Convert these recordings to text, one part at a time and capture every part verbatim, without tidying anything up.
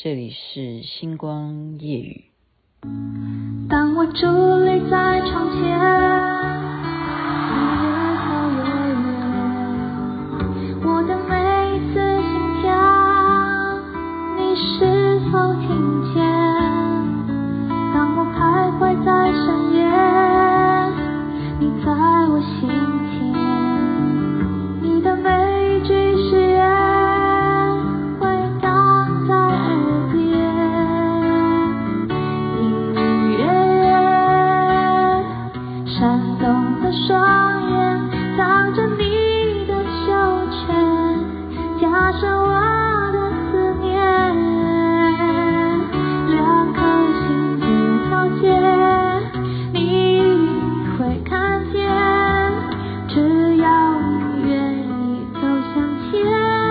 这里是星光夜语。 当我伫立在窗前，越走越远，我的每一次心跳，你是否听见？当我徘徊在深夜，你在我心田，你的每一句誓言回荡在耳边，隐隐约约闪动的双眼，藏着你的羞怯，加深我的思念，两颗心的交界，你会看见，只要你愿意走向前，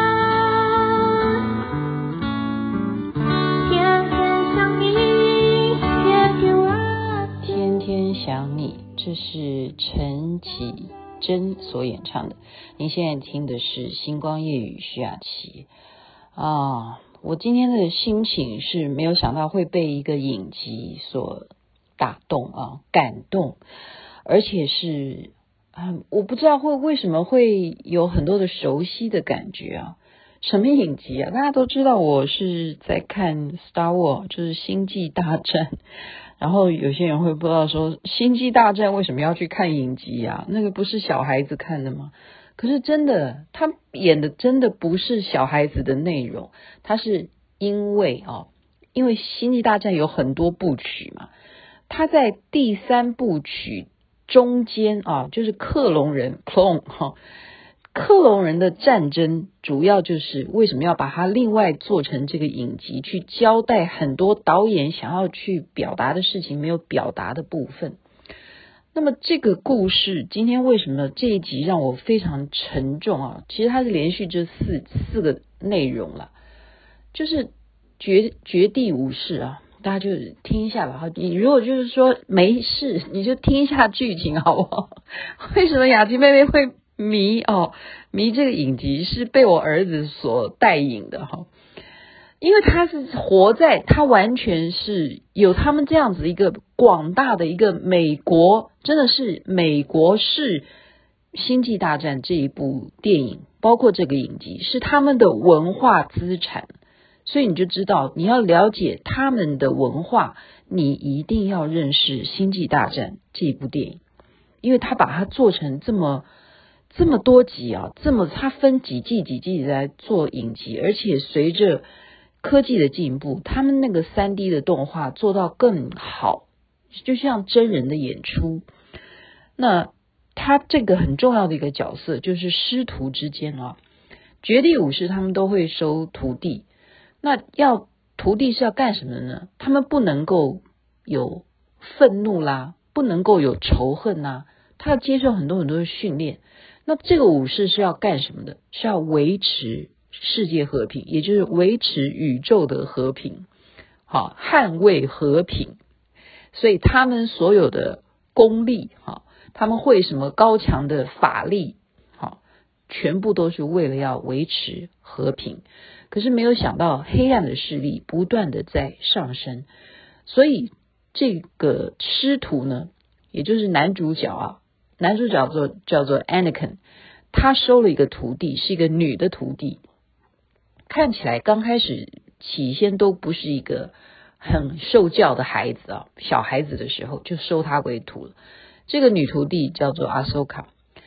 天天想你，天天我天天想你，这是陈绮贞所演唱的。您现在听的是星光夜语，徐雅琪啊。我今天的心情是没有想到会被一个影集所打动啊，感动，而且是啊，我不知道会为什么会有很多的熟悉的感觉啊。什么影集啊？大家都知道我是在看 Star Wars， 就是星际大战。然后有些人会不知道说，星际大战为什么要去看影集啊？那个不是小孩子看的吗？可是真的，他演的真的不是小孩子的内容，他是因为啊，因为星际大战有很多部曲嘛，他在第三部曲中间啊，就是克隆人 clone 哈。克隆人的战争主要就是为什么要把它另外做成这个影集，去交代很多导演想要去表达的事情没有表达的部分。那么这个故事今天为什么这一集让我非常沉重啊？其实它是连续这四四个内容了，就是绝绝地武士啊，大家就听一下吧。你如果就是说没事，你就听一下剧情好不好？为什么雅琪妹妹会迷哦迷这个影集，是被我儿子所带引的哈，因为他是活在，他完全是有他们这样子一个广大的一个美国，真的是美国式星际大战这一部电影，包括这个影集是他们的文化资产，所以你就知道你要了解他们的文化，你一定要认识星际大战这一部电影，因为他把它做成这么这么多集啊，这么它分几季几季来做影集，而且随着科技的进步，他们那个 三 D 的动画做到更好，就像真人的演出。那他这个很重要的一个角色就是师徒之间啊，绝地武士他们都会收徒弟，那要徒弟是要干什么呢？他们不能够有愤怒啦，不能够有仇恨啦，他要接受很多很多的训练。那这个武士是要干什么的？是要维持世界和平，也就是维持宇宙的和平，好，捍卫和平。所以他们所有的功力，好，他们会什么高强的法力，好，全部都是为了要维持和平。可是没有想到黑暗的势力不断的在上升，所以这个师徒呢，也就是男主角啊，男主角做叫做 Anakin， 他收了一个徒弟，是一个女的徒弟，看起来刚开始起先都不是一个很受教的孩子啊，小孩子的时候就收他为徒了。这个女徒弟叫做 Ahsoka，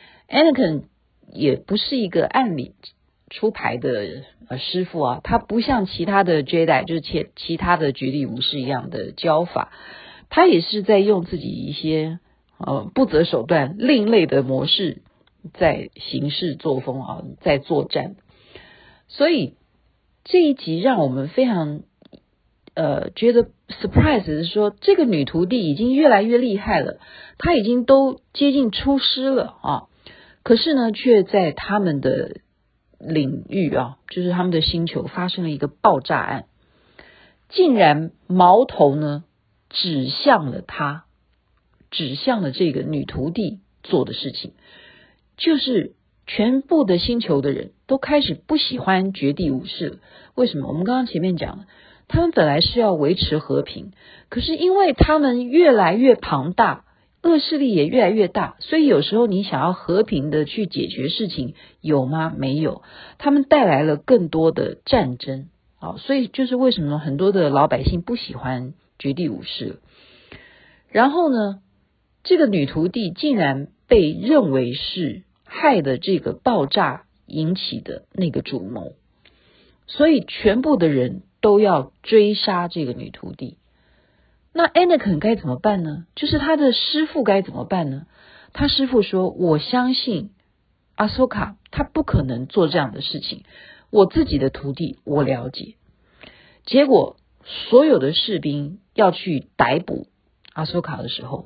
Anakin 也不是一个按理出牌的呃师傅啊，他不像其他的 Jedi， 就是其其他的绝地武士一样的教法，他也是在用自己一些呃不择手段、另类的模式在行事作风啊，在作战。所以这一集让我们非常呃觉得 surprise 是说，这个女徒弟已经越来越厉害了，她已经都接近出师了啊，可是呢，却在他们的领域啊，就是他们的星球发生了一个爆炸案，竟然矛头呢指向了她，指向了这个女徒弟做的事情，就是全部的星球的人都开始不喜欢绝地武士了。为什么？我们刚刚前面讲了， 他们本来是要维持和平，可是因为他们越来越庞大，恶势力也越来越大，所以有时候你想要和平的去解决事情，有吗？没有，他们带来了更多的战争。好，所以就是为什么很多的老百姓不喜欢绝地武士了。然后呢，这个女徒弟竟然被认为是害的这个爆炸引起的那个主谋，所以全部的人都要追杀这个女徒弟。那 Anakin 该怎么办呢？就是他的师父该怎么办呢？他师父说，我相信阿索卡他不可能做这样的事情，我自己的徒弟我了解。结果所有的士兵要去逮捕阿索卡的时候，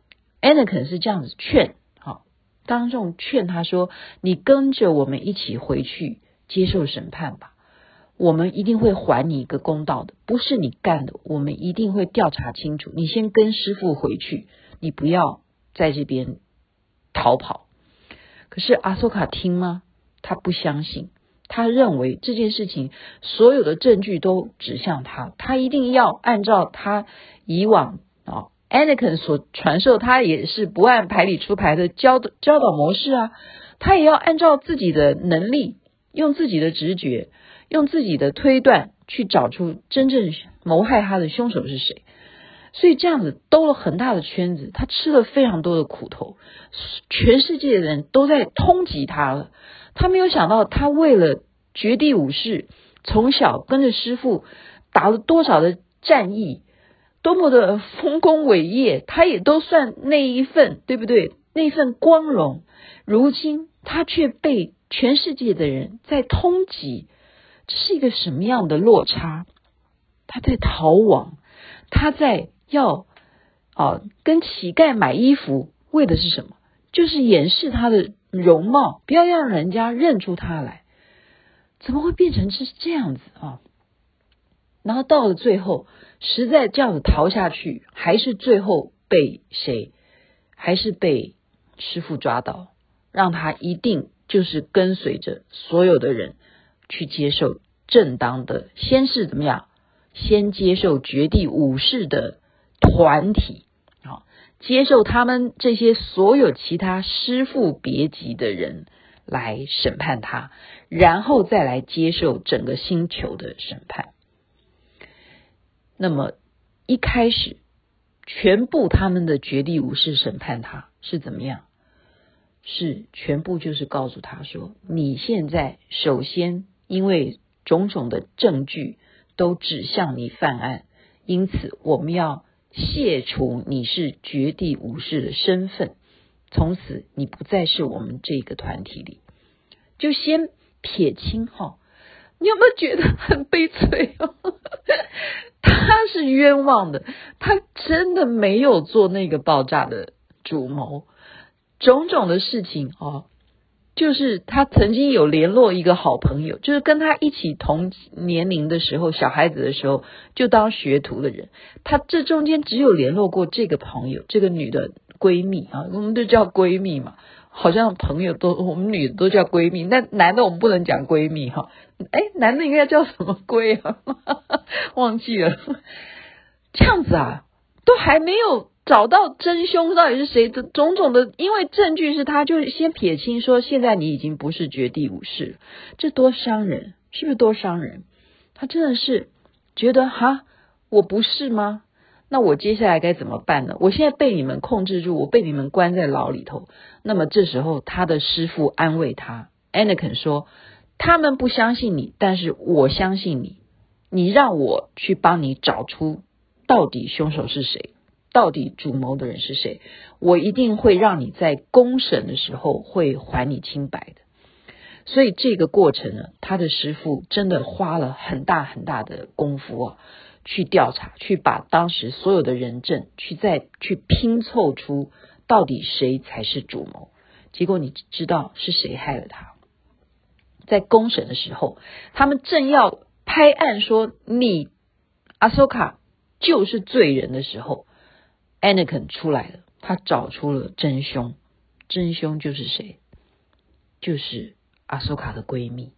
Anakin 是这样子劝，好，当众劝他说，你跟着我们一起回去接受审判吧，我们一定会还你一个公道的，不是你干的，我们一定会调查清楚，你先跟师父回去，你不要在这边逃跑。可是阿索卡听吗？他不相信，他认为这件事情所有的证据都指向他，他一定要按照他以往啊 Anakin 所传授，他也是不按牌理出牌的教教导模式啊，他也要按照自己的能力，用自己的直觉，用自己的推断去找出真正谋害他的凶手是谁。所以这样子兜了很大的圈子，他吃了非常多的苦头，全世界的人都在通缉他了。他没有想到，他为了绝地武士，从小跟着师父打了多少的战役，多么的丰功伟业，他也都算那一份，对不对？那一份光荣。如今他却被全世界的人在通缉，这是一个什么样的落差？他在逃亡，他在要啊跟乞丐买衣服，为的是什么？就是掩饰他的容貌，不要让人家认出他来。怎么会变成是这样子啊？然后到了最后，实在这样子逃下去，还是最后被谁？还是被师父抓到，让他一定就是跟随着所有的人去接受正当的，先是怎么样？先接受绝地武士的团体，好，接受他们这些所有其他师父别级的人来审判他，然后再来接受整个星球的审判。那么一开始全部他们的绝地武士审判他是怎么样？是全部就是告诉他说，你现在首先因为种种的证据都指向你犯案，因此我们要卸除你是绝地武士的身份，从此你不再是我们这个团体里，就先撇清哈。你有没有觉得很悲催哦？他是冤枉的，他真的没有做那个爆炸的主谋，种种的事情哦，就是他曾经有联络一个好朋友，就是跟他一起同年龄的时候，小孩子的时候就当学徒的人，他这中间只有联络过这个朋友，这个女的闺蜜啊，我们都叫闺蜜嘛，好像朋友都我们女的都叫闺蜜，那男的我们不能讲闺蜜哈，哎，男的应该叫什么闺啊？忘记了，这样子啊，都还没有找到真凶到底是谁的种种的，因为证据是他就先撇清说，现在你已经不是绝地武士了，这多伤人，是不是多伤人？他真的是觉得哈，我不是吗？那我接下来该怎么办呢？我现在被你们控制住，我被你们关在牢里头。那么这时候他的师父安慰他 Anakin 说，他们不相信你，但是我相信你，你让我去帮你找出到底凶手是谁，到底主谋的人是谁，我一定会让你在公审的时候会还你清白的。所以这个过程呢，他的师父真的花了很大很大的功夫啊，去调查，去把当时所有的人证去再去拼凑出到底谁才是主谋。结果你知道是谁害了他？在公审的时候，他们正要拍案说你阿索卡就是罪人的时候， Anakin 出来了，他找出了真凶。真凶就是谁？就是阿索卡的闺蜜，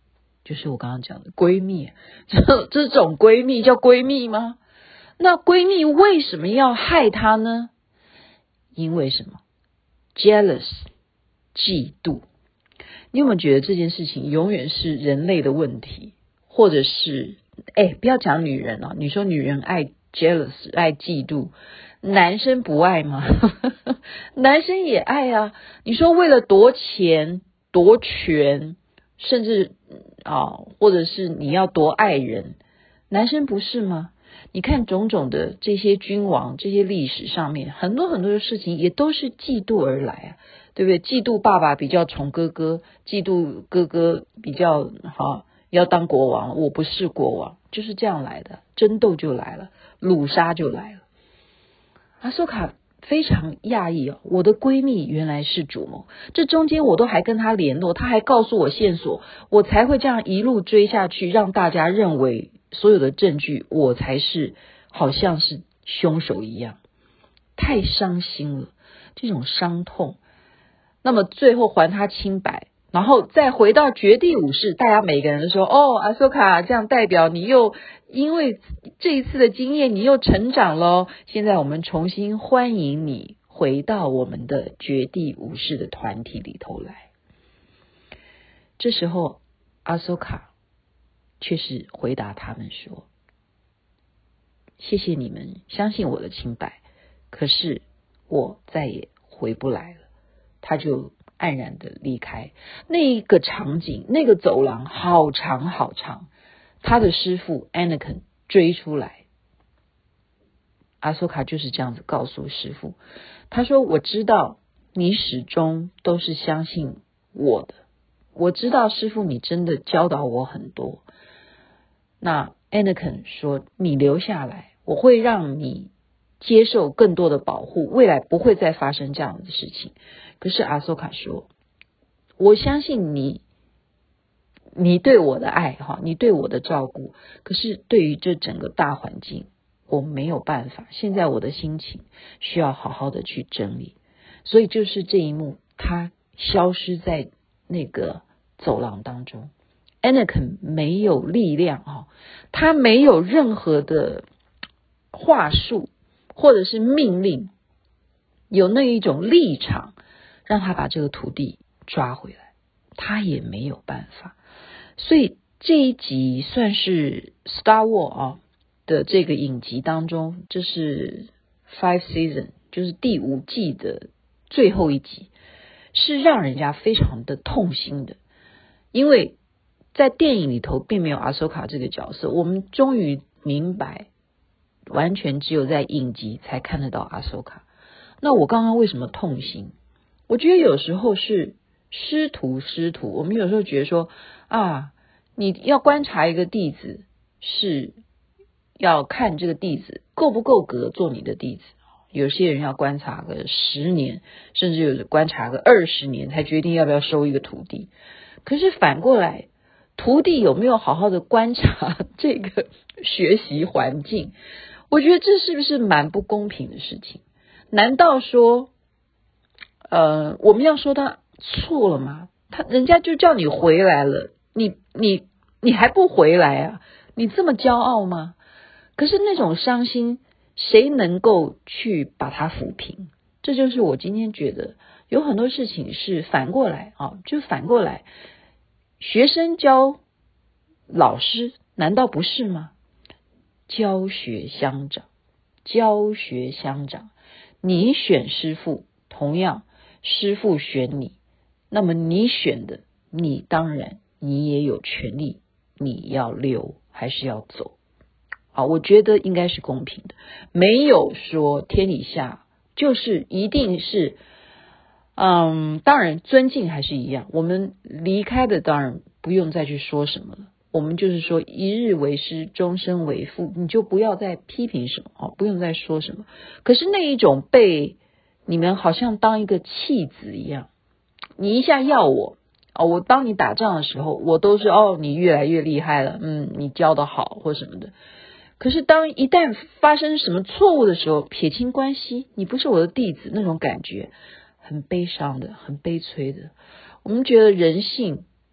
就是我刚刚讲的闺蜜，这这种闺蜜叫闺蜜吗？那闺蜜为什么要害她呢？因为什么？ jealous， 嫉妒。你有没有觉得这件事情永远是人类的问题？或者是哎，不要讲女人啊，你说女人爱 jealous 爱嫉妒，男生不爱吗？男生也爱啊。你说为了夺钱夺权，甚至啊，或者是你要夺爱人，男生不是吗？你看种种的这些君王，这些历史上面很多很多的事情也都是嫉妒而来啊，对不对？嫉妒爸爸比较宠哥哥，嫉妒哥哥比较哈、啊、要当国王，我不是国王，就是这样来的，争斗就来了，掳杀就来了。阿苏卡非常讶异哦，我的闺蜜原来是主谋，这中间我都还跟她联络，她还告诉我线索，我才会这样一路追下去，让大家认为所有的证据我才是好像是凶手一样，太伤心了，这种伤痛。那么最后还她清白，然后再回到绝地武士，大家每个人都说哦，阿苏卡这样代表你又因为这一次的经验你又成长咯，现在我们重新欢迎你回到我们的绝地武士的团体里头来。这时候阿苏卡却是回答他们说，谢谢你们相信我的清白，可是我再也回不来了。他就黯然的离开。那一个场景，那个走廊好长好长，他的师父 Anakin 追出来，阿苏卡就是这样子告诉师父，他说我知道你始终都是相信我的，我知道师父你真的教导我很多。那 Anakin 说你留下来，我会让你接受更多的保护，未来不会再发生这样的事情。可是阿苏卡说，我相信你你对我的爱哈，你对我的照顾，可是对于这整个大环境我没有办法，现在我的心情需要好好的去整理。所以就是这一幕，他消失在那个走廊当中， Anakin 没有力量哈，他没有任何的话术或者是命令，有那一种立场让他把这个徒弟抓回来，他也没有办法。所以这一集算是 Star Wars 啊的这个影集当中，这是 Five Season， 就是第五季的最后一集，是让人家非常的痛心的。因为在电影里头并没有阿苏卡这个角色，我们终于明白，完全只有在影集才看得到阿苏卡。那我刚刚为什么痛心？我觉得有时候是师徒师徒，我们有时候觉得说啊，你要观察一个弟子，是要看这个弟子够不够格做你的弟子。有些人要观察个十年，甚至有的观察个二十年才决定要不要收一个徒弟。可是反过来，徒弟有没有好好的观察这个学习环境？我觉得这是不是蛮不公平的事情？难道说呃，我们要说他错了吗？他人家就叫你回来了，你你你还不回来啊？你这么骄傲吗？可是那种伤心，谁能够去把它抚平？这就是我今天觉得有很多事情是反过来啊，就反过来，学生教老师，难道不是吗？教学相长，教学相长，你选师父，同样师父选你，那么你选的，你当然你也有权利，你要留还是要走。好，我觉得应该是公平的，没有说天底下就是一定是嗯，当然尊敬还是一样，我们离开的当然不用再去说什么了，我们就是说一日为师，终身为父，你就不要再批评什么哦，不用再说什么。可是那一种被你们好像当一个弃子一样，你一下要我哦，我帮你打仗的时候，我都是哦，你越来越厉害了，嗯，你教得好或什么的。可是当一旦发生什么错误的时候，撇清关系，你不是我的弟子，那种感觉很悲伤的，很悲催的。我们觉得人性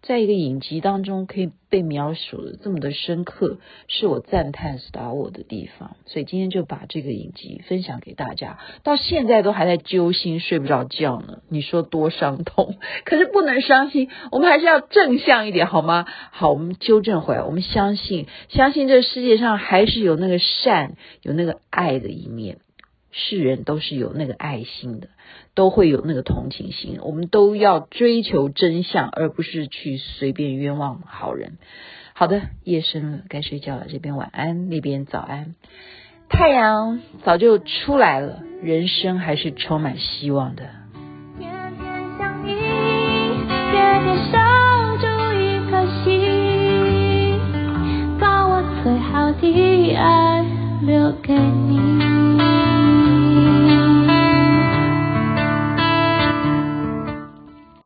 在一个影集当中可以被描述的这么的深刻，是我赞叹 Star Wars 的地方。所以今天就把这个影集分享给大家，到现在都还在揪心睡不着觉呢，你说多伤痛。可是不能伤心，我们还是要正向一点好吗？好，我们纠正回来，我们相信相信这世界上还是有那个善，有那个爱的一面，世人都是有那个爱心的，都会有那个同情心，我们都要追求真相，而不是去随便冤枉好人。好的，夜深了，该睡觉了，这边晚安，那边早安。太阳早就出来了，人生还是充满希望的。 天天想你，夜天守住一颗心，把我最好的爱留给你。